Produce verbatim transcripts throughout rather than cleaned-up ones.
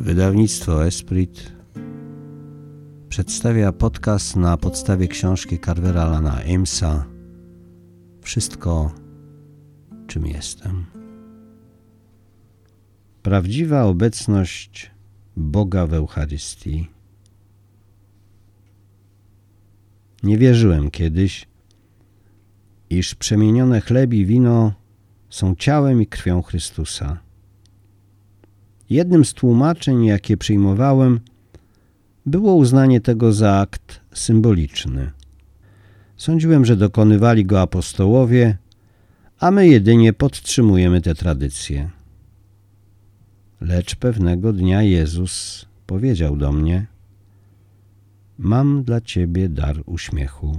Wydawnictwo Esprit przedstawia podcast na podstawie książki Carvera Allana Amesa Wszystko, czym jestem. Prawdziwa obecność Boga w Eucharystii. Nie wierzyłem kiedyś, iż przemienione chleb i wino są ciałem i krwią Chrystusa. Jednym z tłumaczeń, jakie przyjmowałem, było uznanie tego za akt symboliczny. Sądziłem, że dokonywali go apostołowie, a my jedynie podtrzymujemy tę tradycję. Lecz pewnego dnia Jezus powiedział do mnie: mam dla ciebie dar uśmiechu.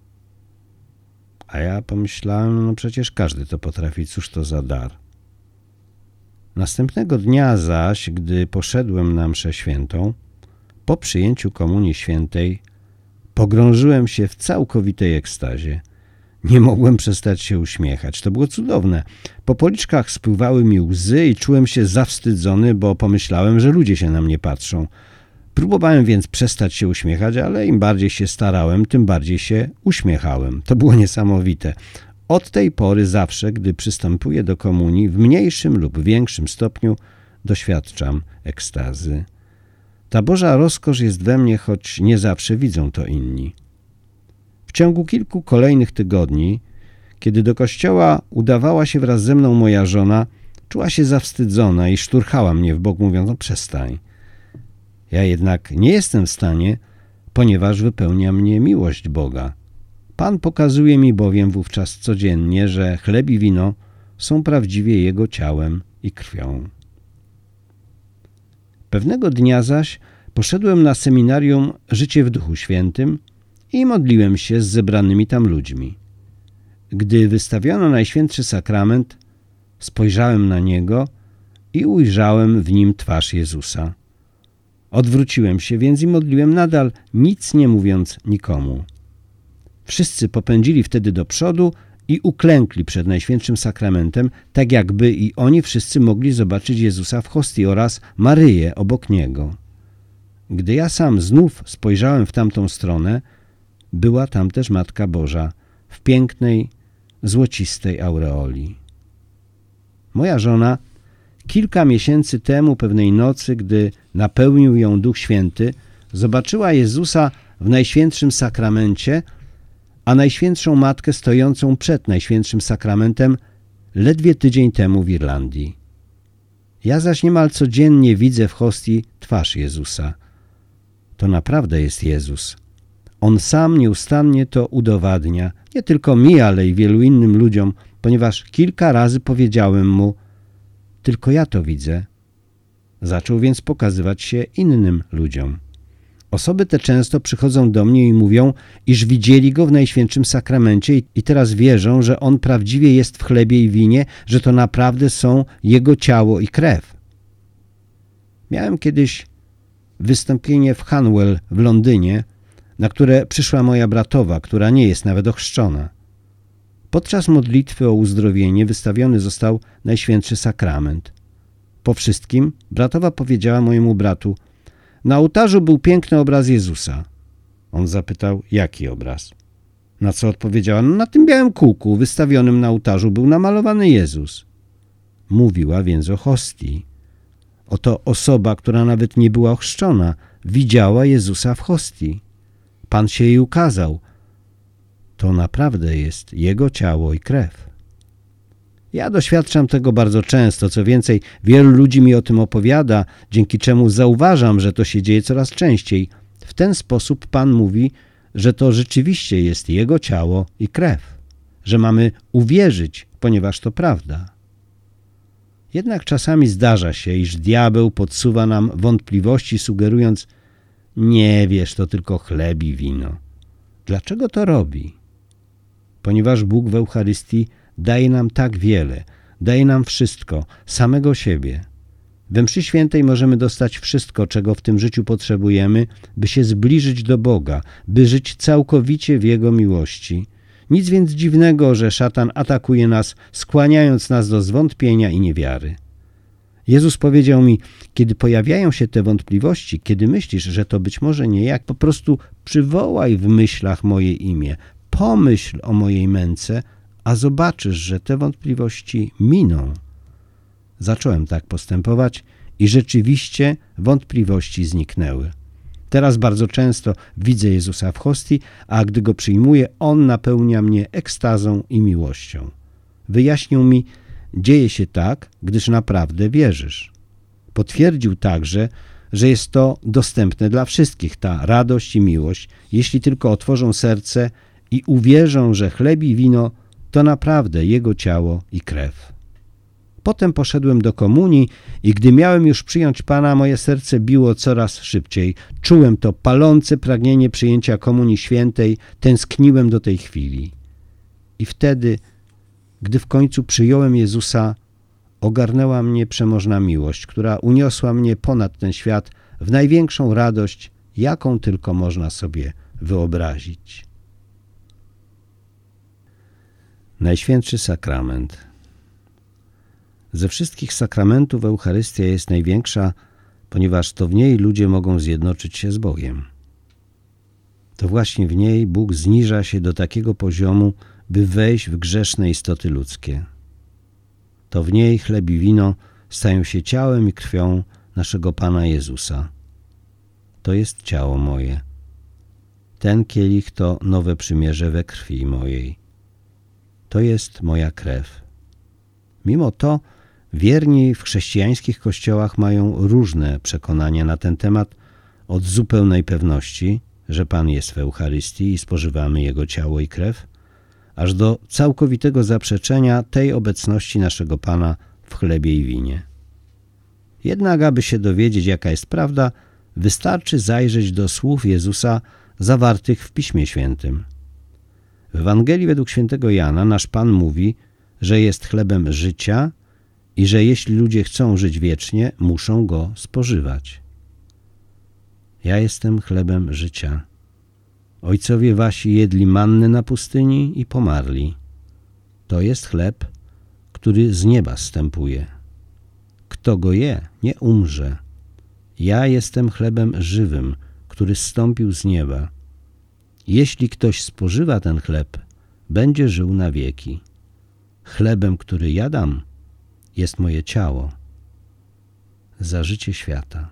A ja pomyślałem, no przecież każdy to potrafi, cóż to za dar. Następnego dnia zaś, gdy poszedłem na mszę świętą, po przyjęciu Komunii Świętej pogrążyłem się w całkowitej ekstazie. Nie mogłem przestać się uśmiechać. To było cudowne. Po policzkach spływały mi łzy i czułem się zawstydzony, bo pomyślałem, że ludzie się na mnie patrzą. Próbowałem więc przestać się uśmiechać, ale im bardziej się starałem, tym bardziej się uśmiechałem. To było niesamowite. Od tej pory zawsze, gdy przystępuję do komunii, w mniejszym lub większym stopniu doświadczam ekstazy. Ta Boża rozkosz jest we mnie, choć nie zawsze widzą to inni. W ciągu kilku kolejnych tygodni, kiedy do kościoła udawała się wraz ze mną moja żona, czuła się zawstydzona i szturchała mnie w bok, mówiąc: no przestań. Ja jednak nie jestem w stanie, ponieważ wypełnia mnie miłość Boga. Pan pokazuje mi bowiem wówczas codziennie, że chleb i wino są prawdziwie Jego ciałem i krwią. Pewnego dnia zaś poszedłem na seminarium Życie w Duchu Świętym i modliłem się z zebranymi tam ludźmi. Gdy wystawiono Najświętszy Sakrament, spojrzałem na Niego i ujrzałem w Nim twarz Jezusa. Odwróciłem się więc i modliłem nadal, nic nie mówiąc nikomu. Wszyscy popędzili wtedy do przodu i uklękli przed Najświętszym Sakramentem, tak jakby i oni wszyscy mogli zobaczyć Jezusa w hostii oraz Maryję obok Niego. Gdy ja sam znów spojrzałem w tamtą stronę, była tam też Matka Boża w pięknej, złocistej aureoli. Moja żona kilka miesięcy temu, pewnej nocy, gdy napełnił ją Duch Święty, zobaczyła Jezusa w Najświętszym Sakramencie, a Najświętszą Matkę stojącą przed Najświętszym Sakramentem ledwie tydzień temu w Irlandii. Ja zaś niemal codziennie widzę w hostii twarz Jezusa. To naprawdę jest Jezus. On sam nieustannie to udowadnia, nie tylko mi, ale i wielu innym ludziom, ponieważ kilka razy powiedziałem mu: tylko ja to widzę. Zaczął więc pokazywać się innym ludziom. Osoby te często przychodzą do mnie i mówią, iż widzieli Go w Najświętszym Sakramencie i teraz wierzą, że On prawdziwie jest w chlebie i winie, że to naprawdę są Jego ciało i krew. Miałem kiedyś wystąpienie w Hanwell w Londynie, na które przyszła moja bratowa, która nie jest nawet ochrzczona. Podczas modlitwy o uzdrowienie wystawiony został Najświętszy Sakrament. Po wszystkim bratowa powiedziała mojemu bratu: na ołtarzu był piękny obraz Jezusa. On zapytał: jaki obraz? Na co odpowiedziała: no, na tym białym kółku wystawionym na ołtarzu był namalowany Jezus. Mówiła więc o hostii. Oto osoba, która nawet nie była ochrzczona, widziała Jezusa w hostii. Pan się jej ukazał. To naprawdę jest Jego ciało i krew. Ja doświadczam tego bardzo często, co więcej, wielu ludzi mi o tym opowiada, dzięki czemu zauważam, że to się dzieje coraz częściej. W ten sposób Pan mówi, że to rzeczywiście jest Jego ciało i krew, że mamy uwierzyć, ponieważ to prawda. Jednak czasami zdarza się, iż diabeł podsuwa nam wątpliwości, sugerując: nie wiesz, to tylko chleb i wino. Dlaczego to robi? Ponieważ Bóg w Eucharystii daje nam tak wiele, daje nam wszystko, samego siebie. We mszy świętej możemy dostać wszystko, czego w tym życiu potrzebujemy, by się zbliżyć do Boga, by żyć całkowicie w Jego miłości. Nic więc dziwnego, że szatan atakuje nas, skłaniając nas do zwątpienia i niewiary. Jezus powiedział mi, kiedy pojawiają się te wątpliwości, kiedy myślisz, że to być może nie jak, po prostu przywołaj w myślach moje imię, pomyśl o mojej męce, a zobaczysz, że te wątpliwości miną. Zacząłem tak postępować i rzeczywiście wątpliwości zniknęły. Teraz bardzo często widzę Jezusa w hostii, a gdy Go przyjmuję, On napełnia mnie ekstazą i miłością. Wyjaśnił mi, dzieje się tak, gdyż naprawdę wierzysz. Potwierdził także, że jest to dostępne dla wszystkich, ta radość i miłość, jeśli tylko otworzą serce i uwierzą, że chleb i wino to naprawdę Jego ciało i krew. Potem poszedłem do komunii i gdy miałem już przyjąć Pana, moje serce biło coraz szybciej. Czułem to palące pragnienie przyjęcia Komunii Świętej, tęskniłem do tej chwili. I wtedy, gdy w końcu przyjąłem Jezusa, ogarnęła mnie przemożna miłość, która uniosła mnie ponad ten świat w największą radość, jaką tylko można sobie wyobrazić. Najświętszy sakrament. Ze wszystkich sakramentów Eucharystia jest największa, ponieważ to w niej ludzie mogą zjednoczyć się z Bogiem. To właśnie w niej Bóg zniża się do takiego poziomu, by wejść w grzeszne istoty ludzkie. To w niej chleb i wino stają się ciałem i krwią naszego Pana Jezusa. To jest ciało moje. Ten kielich to nowe przymierze we krwi mojej. To jest moja krew. Mimo to wierni w chrześcijańskich kościołach mają różne przekonania na ten temat, od zupełnej pewności, że Pan jest w Eucharystii i spożywamy Jego ciało i krew, aż do całkowitego zaprzeczenia tej obecności naszego Pana w chlebie i winie. Jednak, aby się dowiedzieć, jaka jest prawda, wystarczy zajrzeć do słów Jezusa zawartych w Piśmie Świętym. W Ewangelii według świętego Jana nasz Pan mówi, że jest chlebem życia i że jeśli ludzie chcą żyć wiecznie, muszą go spożywać. Ja jestem chlebem życia. Ojcowie wasi jedli mannę na pustyni i pomarli. To jest chleb, który z nieba zstępuje. Kto go je, nie umrze. Ja jestem chlebem żywym, który zstąpił z nieba. Jeśli ktoś spożywa ten chleb, będzie żył na wieki. Chlebem, który ja dam, jest moje ciało za życie świata.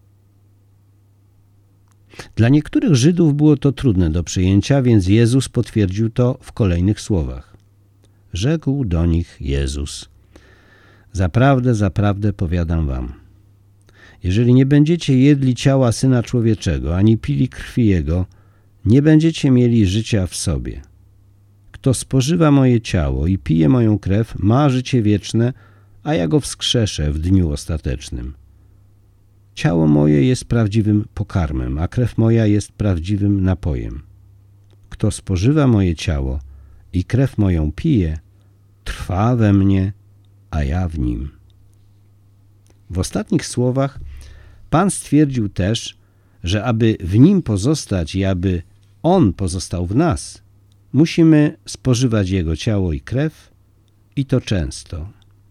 Dla niektórych Żydów było to trudne do przyjęcia, więc Jezus potwierdził to w kolejnych słowach. Rzekł do nich Jezus: Zaprawdę, zaprawdę powiadam wam, jeżeli nie będziecie jedli ciała Syna Człowieczego, ani pili krwi Jego, nie będziecie mieli życia w sobie. Kto spożywa moje ciało i pije moją krew, ma życie wieczne, a ja go wskrzeszę w dniu ostatecznym. Ciało moje jest prawdziwym pokarmem, a krew moja jest prawdziwym napojem. Kto spożywa moje ciało i krew moją pije, trwa we mnie, a ja w nim. W ostatnich słowach Pan stwierdził też, że aby w Nim pozostać i aby On pozostał w nas, musimy spożywać Jego ciało i krew i to często.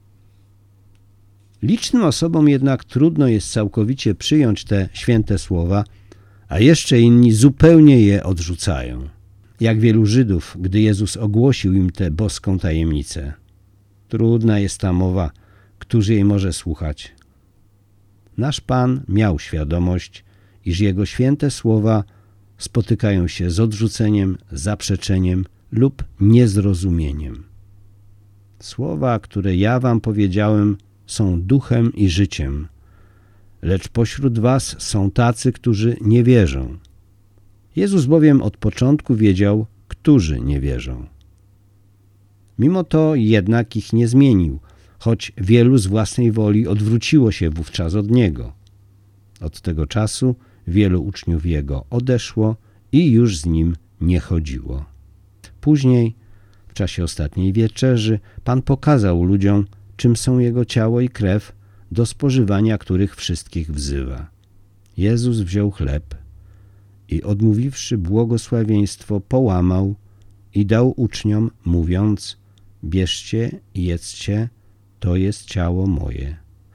Licznym osobom jednak trudno jest całkowicie przyjąć te święte słowa, a jeszcze inni zupełnie je odrzucają. Jak wielu Żydów, gdy Jezus ogłosił im tę boską tajemnicę. Trudna jest ta mowa, któż jej może słuchać. Nasz Pan miał świadomość, iż Jego święte słowa spotykają się z odrzuceniem, zaprzeczeniem lub niezrozumieniem. Słowa, które ja wam powiedziałem, są duchem i życiem, lecz pośród was są tacy, którzy nie wierzą. Jezus bowiem od początku wiedział, którzy nie wierzą. Mimo to jednak ich nie zmienił, choć wielu z własnej woli odwróciło się wówczas od Niego. Od tego czasu wielu uczniów Jego odeszło i już z Nim nie chodziło. Później, w czasie ostatniej wieczerzy, Pan pokazał ludziom, czym są Jego ciało i krew, do spożywania których wszystkich wzywa. Jezus wziął chleb i odmówiwszy błogosławieństwo, połamał i dał uczniom, mówiąc: bierzcie i jedzcie, to jest ciało moje.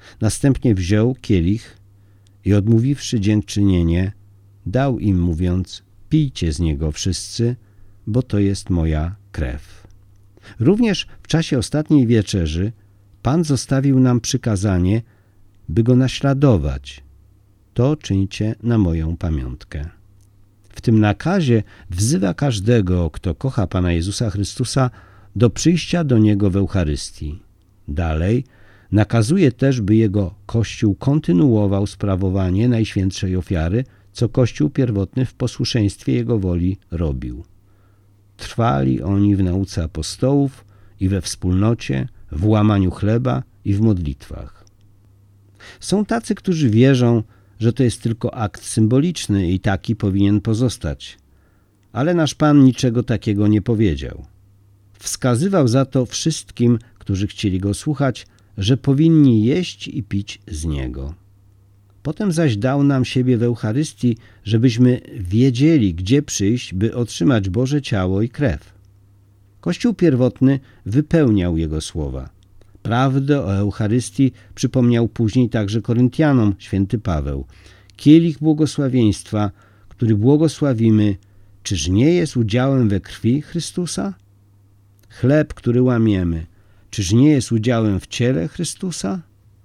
Następnie wziął kielich i odmówiwszy dziękczynienie, dał im, mówiąc: pijcie z niego wszyscy, bo to jest moja krew. Również w czasie ostatniej wieczerzy Pan zostawił nam przykazanie, by Go naśladować. To czyńcie na moją pamiątkę. W tym nakazie wzywa każdego, kto kocha Pana Jezusa Chrystusa, do przyjścia do Niego w Eucharystii. Dalej nakazuje też, by Jego Kościół kontynuował sprawowanie Najświętszej Ofiary, co Kościół pierwotny w posłuszeństwie Jego woli robił. Trwali oni w nauce apostołów i we wspólnocie, w łamaniu chleba i w modlitwach. Są tacy, którzy wierzą, że to jest tylko akt symboliczny i taki powinien pozostać. Ale nasz Pan niczego takiego nie powiedział. Wskazywał za to wszystkim, którzy chcieli Go słuchać, że powinni jeść i pić z Niego. Potem zaś dał nam siebie w Eucharystii, żebyśmy wiedzieli, gdzie przyjść, by otrzymać Boże ciało i krew. Kościół pierwotny wypełniał Jego słowa. Prawdę o Eucharystii przypomniał później także Koryntianom święty Paweł. Kielich błogosławieństwa, który błogosławimy, czyż nie jest udziałem we krwi Chrystusa? Chleb, który łamiemy, czyż nie jest udziałem w ciele Chrystusa?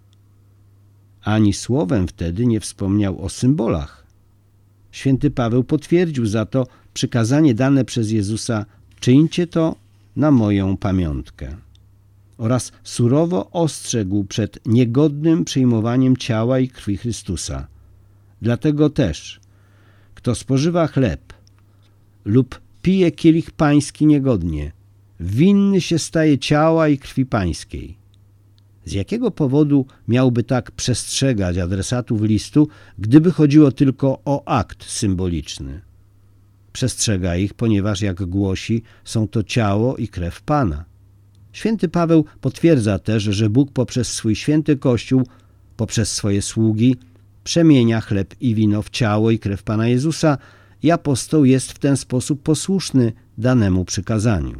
Ani słowem wtedy nie wspomniał o symbolach. Święty Paweł potwierdził za to przykazanie dane przez Jezusa: czyńcie to na moją pamiątkę. Oraz surowo ostrzegł przed niegodnym przyjmowaniem ciała i krwi Chrystusa. Dlatego też, kto spożywa chleb lub pije kielich pański niegodnie, winny się staje ciała i krwi pańskiej. Z jakiego powodu miałby tak przestrzegać adresatów listu, gdyby chodziło tylko o akt symboliczny? Przestrzega ich, ponieważ, jak głosi, są to ciało i krew Pana. Święty Paweł potwierdza też, że Bóg poprzez swój święty Kościół, poprzez swoje sługi, przemienia chleb i wino w ciało i krew Pana Jezusa i apostoł jest w ten sposób posłuszny danemu przykazaniu.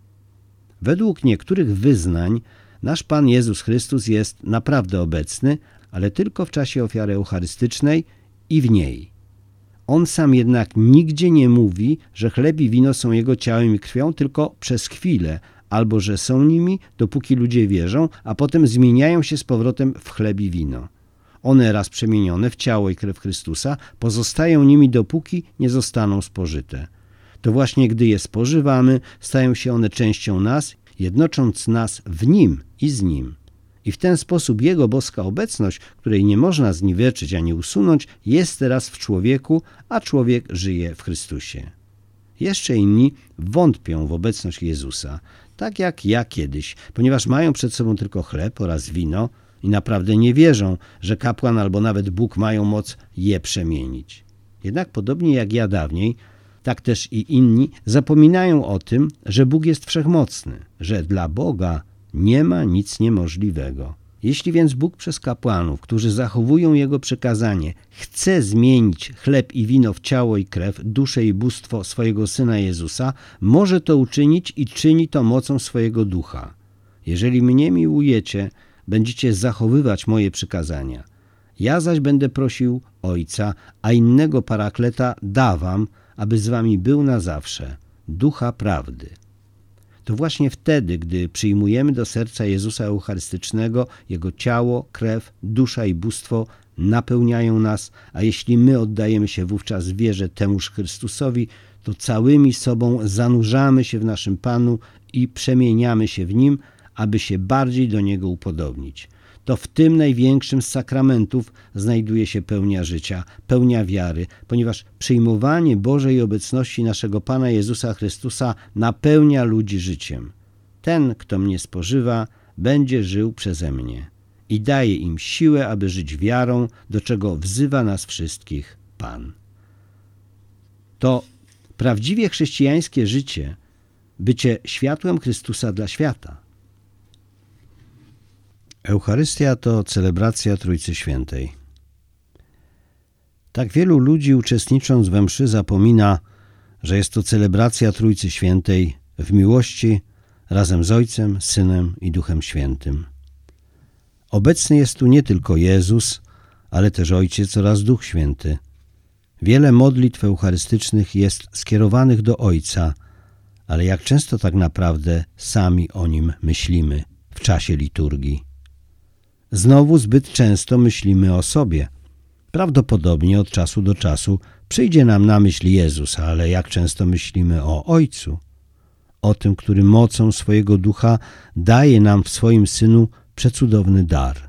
Według niektórych wyznań nasz Pan Jezus Chrystus jest naprawdę obecny, ale tylko w czasie ofiary eucharystycznej i w niej. On sam jednak nigdzie nie mówi, że chleb i wino są Jego ciałem i krwią, tylko przez chwilę, albo że są nimi, dopóki ludzie wierzą, a potem zmieniają się z powrotem w chleb i wino. One, raz przemienione w ciało i krew Chrystusa, pozostają nimi, dopóki nie zostaną spożyte. To właśnie gdy je spożywamy, stają się one częścią nas, jednocząc nas w Nim i z Nim. I w ten sposób Jego boska obecność, której nie można zniweczyć ani usunąć, jest teraz w człowieku, a człowiek żyje w Chrystusie. Jeszcze inni wątpią w obecność Jezusa, tak jak ja kiedyś, ponieważ mają przed sobą tylko chleb oraz wino i naprawdę nie wierzą, że kapłan albo nawet Bóg mają moc je przemienić. Jednak podobnie jak ja dawniej, tak też i inni zapominają o tym, że Bóg jest wszechmocny, że dla Boga nie ma nic niemożliwego. Jeśli więc Bóg przez kapłanów, którzy zachowują Jego przykazanie, chce zmienić chleb i wino w ciało i krew, duszę i bóstwo swojego Syna Jezusa, może to uczynić i czyni to mocą swojego Ducha. Jeżeli mnie miłujecie, będziecie zachowywać moje przykazania. Ja zaś będę prosił Ojca, a innego Parakleta da wam, aby z wami był na zawsze, Ducha Prawdy. To właśnie wtedy, gdy przyjmujemy do serca Jezusa Eucharystycznego, Jego ciało, krew, dusza i bóstwo napełniają nas, a jeśli my oddajemy się wówczas w wierze temuż Chrystusowi, to całymi sobą zanurzamy się w naszym Panu i przemieniamy się w Nim, aby się bardziej do Niego upodobnić. To w tym największym z sakramentów znajduje się pełnia życia, pełnia wiary, ponieważ przyjmowanie Bożej obecności naszego Pana Jezusa Chrystusa napełnia ludzi życiem. Ten, kto mnie spożywa, będzie żył przeze mnie i daje im siłę, aby żyć wiarą, do czego wzywa nas wszystkich Pan. To prawdziwie chrześcijańskie życie, bycie światłem Chrystusa dla świata. Eucharystia to celebracja Trójcy Świętej. Tak wielu ludzi, uczestnicząc we mszy, zapomina, że jest to celebracja Trójcy Świętej w miłości razem z Ojcem, Synem i Duchem Świętym. Obecny jest tu nie tylko Jezus, ale też Ojciec oraz Duch Święty. Wiele modlitw eucharystycznych jest skierowanych do Ojca, ale jak często tak naprawdę sami o Nim myślimy w czasie liturgii? Znowu zbyt często myślimy o sobie. Prawdopodobnie od czasu do czasu przyjdzie nam na myśl Jezus, ale jak często myślimy o Ojcu? O tym, który mocą swojego Ducha daje nam w swoim Synu przecudowny dar.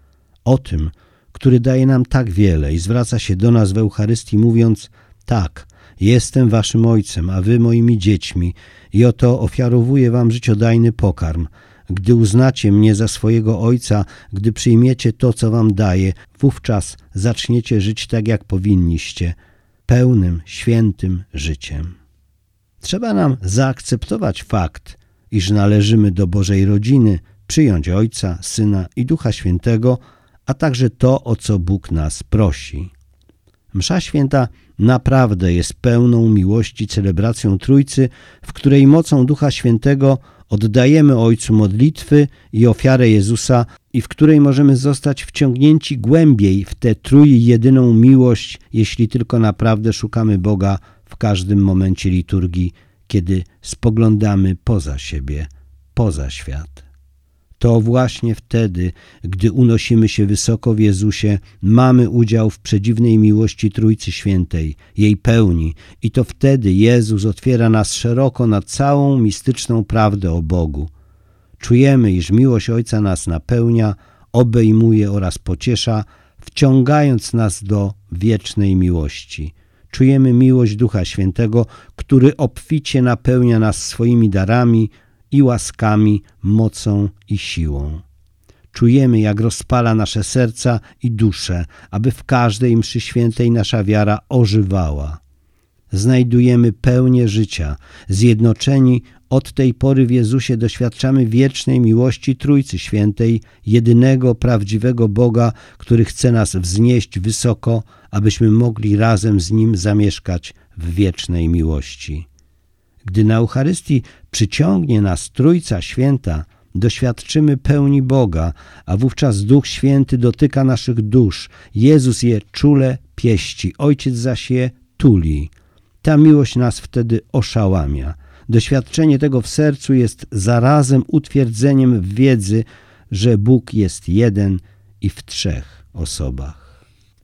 O tym, który daje nam tak wiele i zwraca się do nas w Eucharystii mówiąc: tak, jestem waszym Ojcem, a wy moimi dziećmi i oto ofiarowuję wam życiodajny pokarm. Gdy uznacie mnie za swojego Ojca, gdy przyjmiecie to, co wam daję, wówczas zaczniecie żyć tak, jak powinniście, pełnym, świętym życiem. Trzeba nam zaakceptować fakt, iż należymy do Bożej rodziny, przyjąć Ojca, Syna i Ducha Świętego, a także to, o co Bóg nas prosi. Msza Święta naprawdę jest pełną miłości celebracją Trójcy, w której mocą Ducha Świętego oddajemy Ojcu modlitwy i ofiarę Jezusa i w której możemy zostać wciągnięci głębiej w tę trójjedyną miłość, jeśli tylko naprawdę szukamy Boga w każdym momencie liturgii, kiedy spoglądamy poza siebie, poza świat. To właśnie wtedy, gdy unosimy się wysoko w Jezusie, mamy udział w przedziwnej miłości Trójcy Świętej, jej pełni, i to wtedy Jezus otwiera nas szeroko na całą mistyczną prawdę o Bogu. Czujemy, iż miłość Ojca nas napełnia, obejmuje oraz pociesza, wciągając nas do wiecznej miłości. Czujemy miłość Ducha Świętego, który obficie napełnia nas swoimi darami i łaskami, mocą i siłą. Czujemy, jak rozpala nasze serca i dusze, aby w każdej mszy świętej nasza wiara ożywała. Znajdujemy pełnię życia. Zjednoczeni od tej pory w Jezusie doświadczamy wiecznej miłości Trójcy Świętej, jedynego prawdziwego Boga, który chce nas wznieść wysoko, abyśmy mogli razem z Nim zamieszkać w wiecznej miłości. Gdy na Eucharystii przyciągnie nas Trójca Święta, doświadczymy pełni Boga, a wówczas Duch Święty dotyka naszych dusz. Jezus je czule pieści, Ojciec zaś je tuli. Ta miłość nas wtedy oszałamia. Doświadczenie tego w sercu jest zarazem utwierdzeniem w wiedzy, że Bóg jest jeden i w trzech osobach.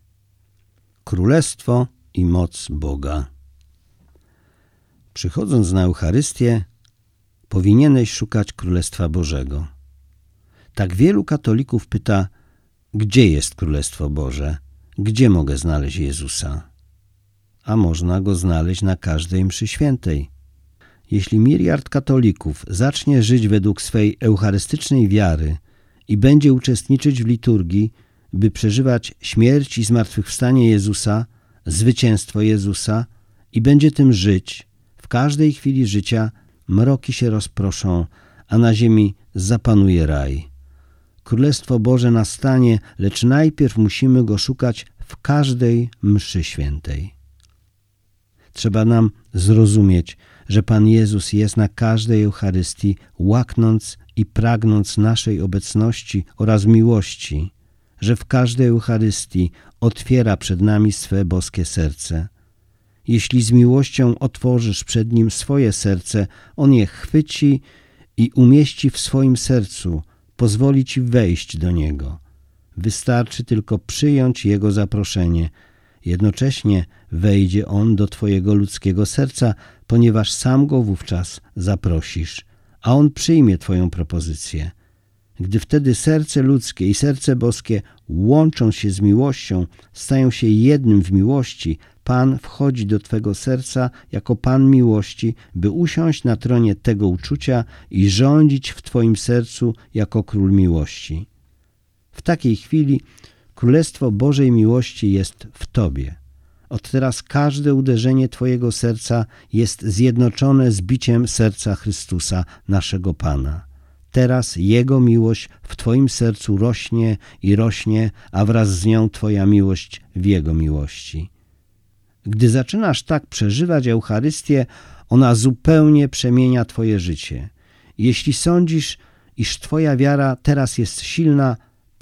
Królestwo i moc Boga. Przychodząc na Eucharystię, powinieneś szukać Królestwa Bożego. Tak wielu katolików pyta, gdzie jest Królestwo Boże, gdzie mogę znaleźć Jezusa? A można Go znaleźć na każdej mszy świętej. Jeśli miliard katolików zacznie żyć według swej eucharystycznej wiary i będzie uczestniczyć w liturgii, by przeżywać śmierć i zmartwychwstanie Jezusa, zwycięstwo Jezusa i będzie tym żyć, w każdej chwili życia mroki się rozproszą, a na ziemi zapanuje raj. Królestwo Boże nastanie, lecz najpierw musimy Go szukać w każdej mszy świętej. Trzeba nam zrozumieć, że Pan Jezus jest na każdej Eucharystii, łaknąc i pragnąc naszej obecności oraz miłości, że w każdej Eucharystii otwiera przed nami swe boskie serce. Jeśli z miłością otworzysz przed Nim swoje serce, On je chwyci i umieści w swoim sercu, pozwoli Ci wejść do Niego. Wystarczy tylko przyjąć Jego zaproszenie. Jednocześnie wejdzie On do Twojego ludzkiego serca, ponieważ sam Go wówczas zaprosisz, a On przyjmie Twoją propozycję. Gdy wtedy serce ludzkie i serce boskie łączą się z miłością, stają się jednym w miłości, Pan wchodzi do Twego serca jako Pan miłości, by usiąść na tronie tego uczucia i rządzić w Twoim sercu jako Król miłości. W takiej chwili Królestwo Bożej miłości jest w Tobie. Od teraz każde uderzenie Twojego serca jest zjednoczone z biciem serca Chrystusa, naszego Pana. Teraz Jego miłość w Twoim sercu rośnie i rośnie, a wraz z nią Twoja miłość w Jego miłości. Gdy zaczynasz tak przeżywać Eucharystię, ona zupełnie przemienia Twoje życie. Jeśli sądzisz, iż Twoja wiara teraz jest silna,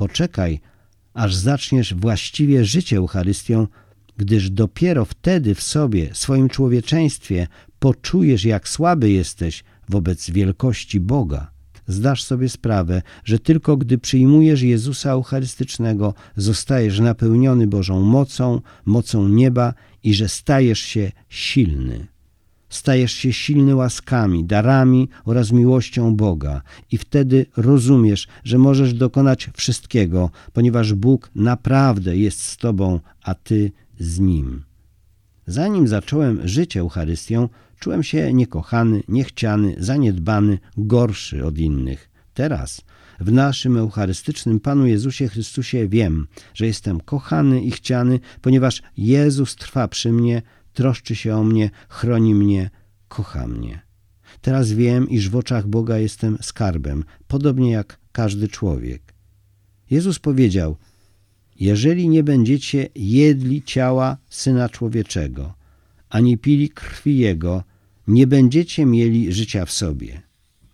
Poczekaj, aż zaczniesz właściwie żyć Eucharystią, gdyż dopiero wtedy w sobie, swoim człowieczeństwie, poczujesz, jak słaby jesteś wobec wielkości Boga. Zdasz sobie sprawę, że tylko gdy przyjmujesz Jezusa Eucharystycznego, zostajesz napełniony Bożą mocą, mocą nieba i że stajesz się silny. Stajesz się silny łaskami, darami oraz miłością Boga i wtedy rozumiesz, że możesz dokonać wszystkiego, ponieważ Bóg naprawdę jest z Tobą, a Ty z Nim. Zanim zacząłem żyć Eucharystią, czułem się niekochany, niechciany, zaniedbany, gorszy od innych. Teraz, w naszym eucharystycznym Panu Jezusie Chrystusie wiem, że jestem kochany i chciany, ponieważ Jezus trwa przy mnie, troszczy się o mnie, chroni mnie, kocha mnie. Teraz wiem, iż w oczach Boga jestem skarbem, podobnie jak każdy człowiek. Jezus powiedział: jeżeli nie będziecie jedli ciała Syna Człowieczego, ani pili krwi Jego, nie będziecie mieli życia w sobie.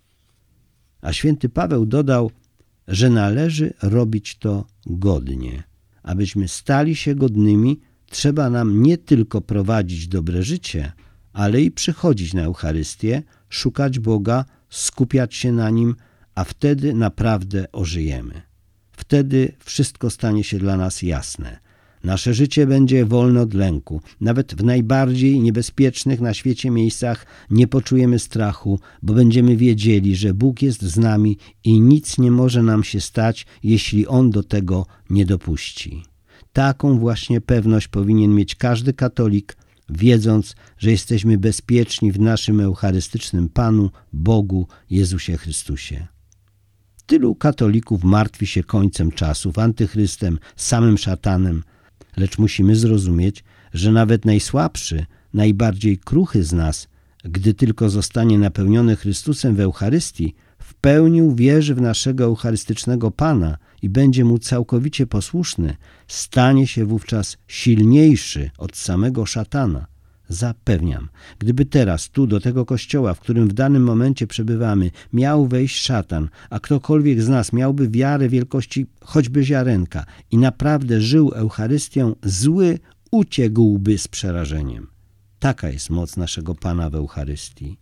A święty Paweł dodał, że należy robić to godnie. Abyśmy stali się godnymi, trzeba nam nie tylko prowadzić dobre życie, ale i przychodzić na Eucharystię, szukać Boga, skupiać się na Nim, a wtedy naprawdę ożyjemy. Wtedy wszystko stanie się dla nas jasne. Nasze życie będzie wolne od lęku. Nawet w najbardziej niebezpiecznych na świecie miejscach nie poczujemy strachu, bo będziemy wiedzieli, że Bóg jest z nami i nic nie może nam się stać, jeśli On do tego nie dopuści. Taką właśnie pewność powinien mieć każdy katolik, wiedząc, że jesteśmy bezpieczni w naszym eucharystycznym Panu, Bogu, Jezusie Chrystusie. Tylu katolików martwi się końcem czasów, antychrystem, samym szatanem, lecz musimy zrozumieć, że nawet najsłabszy, najbardziej kruchy z nas, gdy tylko zostanie napełniony Chrystusem w Eucharystii, w pełni uwierzy w naszego eucharystycznego Pana i będzie Mu całkowicie posłuszny, stanie się wówczas silniejszy od samego szatana. Zapewniam, gdyby teraz tu do tego kościoła, w którym w danym momencie przebywamy, miał wejść szatan, a ktokolwiek z nas miałby wiarę wielkości choćby ziarenka i naprawdę żył Eucharystią, zły uciekłby z przerażeniem. Taka jest moc naszego Pana w Eucharystii.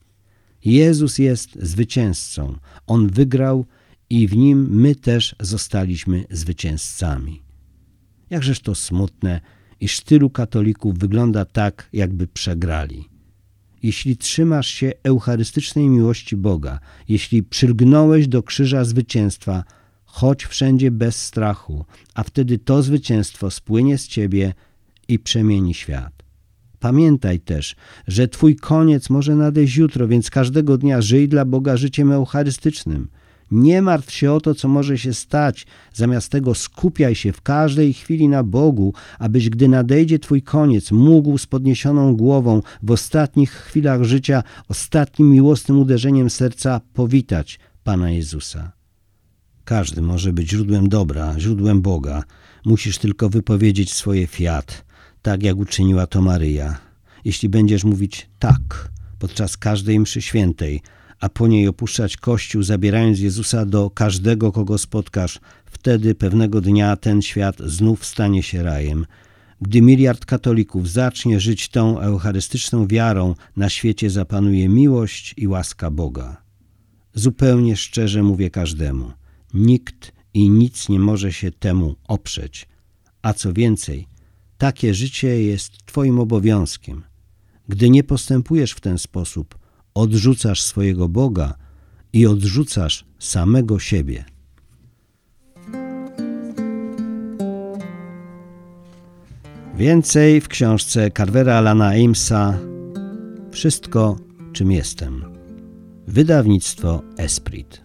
Jezus jest zwycięzcą. On wygrał i w Nim my też zostaliśmy zwycięzcami. Jakżeż to smutne, iż tylu katolików wygląda tak, jakby przegrali. Jeśli trzymasz się eucharystycznej miłości Boga, jeśli przylgnąłeś do krzyża zwycięstwa, chodź wszędzie bez strachu, a wtedy to zwycięstwo spłynie z ciebie i przemieni świat. Pamiętaj też, że twój koniec może nadejść jutro, więc każdego dnia żyj dla Boga życiem eucharystycznym. Nie martw się o to, co może się stać. Zamiast tego skupiaj się w każdej chwili na Bogu, abyś, gdy nadejdzie twój koniec, mógł z podniesioną głową w ostatnich chwilach życia, ostatnim miłosnym uderzeniem serca powitać Pana Jezusa. Każdy może być źródłem dobra, źródłem Boga. Musisz tylko wypowiedzieć swoje fiat, tak jak uczyniła to Maryja. Jeśli będziesz mówić tak podczas każdej mszy świętej, a po niej opuszczać Kościół, zabierając Jezusa do każdego, kogo spotkasz, wtedy pewnego dnia ten świat znów stanie się rajem. Gdy miliard katolików zacznie żyć tą eucharystyczną wiarą, na świecie zapanuje miłość i łaska Boga. Zupełnie szczerze mówię każdemu, nikt i nic nie może się temu oprzeć. A co więcej, takie życie jest twoim obowiązkiem. Gdy nie postępujesz w ten sposób, odrzucasz swojego Boga i odrzucasz samego siebie. Więcej w książce Carvera Allana Amesa Wszystko, czym jestem. Wydawnictwo Esprit.